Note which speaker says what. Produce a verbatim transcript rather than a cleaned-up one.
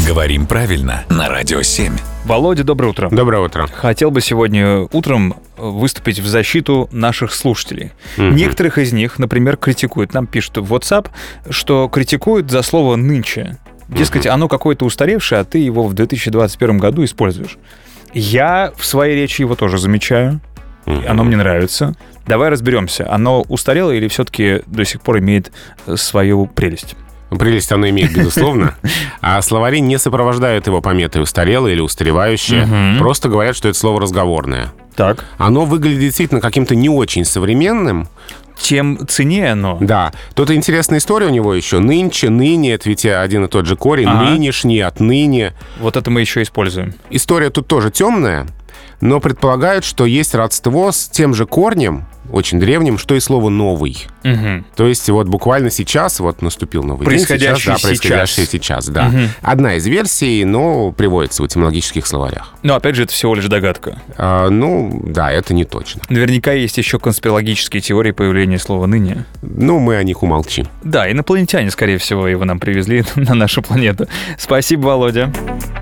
Speaker 1: Говорим правильно на Радио семь.
Speaker 2: Володя, доброе утро.
Speaker 3: Доброе утро.
Speaker 2: Хотел бы сегодня утром выступить в защиту наших слушателей. Mm-hmm. Некоторых из них, например, критикуют. Нам пишут в WhatsApp, что критикуют за слово «нынче». Дескать, mm-hmm. оно какое-то устаревшее, а ты его в две тысячи двадцать первом году используешь. Я в своей речи его тоже замечаю. Mm-hmm. Оно мне нравится. Давай разберемся, оно устарело или все-таки до сих пор имеет свою прелесть?
Speaker 3: Прелесть оно имеет, безусловно. А словари не сопровождают его пометой «устарелое» или «устаревающее». Угу. Просто говорят, что это слово разговорное.
Speaker 2: Так.
Speaker 3: Оно выглядит действительно каким-то не очень современным.
Speaker 2: Тем ценнее оно.
Speaker 3: Да. Тут интересная история у него еще. Нынче, ныне, это ведь один и тот же корень. Ага. Нынешний, отныне.
Speaker 2: Вот это мы еще используем.
Speaker 3: История тут тоже темная, но предполагают, что есть родство с тем же корнем, очень древним, что и слово «новый». Угу. То есть вот буквально сейчас вот наступил новый день. Сейчас, да, происходящее сейчас, да. Угу. Одна из версий, но приводится в этимологических словарях.
Speaker 2: Но опять же, это всего лишь догадка.
Speaker 3: А, ну, да, это не точно.
Speaker 2: Наверняка есть еще конспирологические теории появления слова «ныне».
Speaker 3: Ну, мы о них умолчим.
Speaker 2: Да, инопланетяне, скорее всего, его нам привезли на нашу планету. Спасибо, Володя.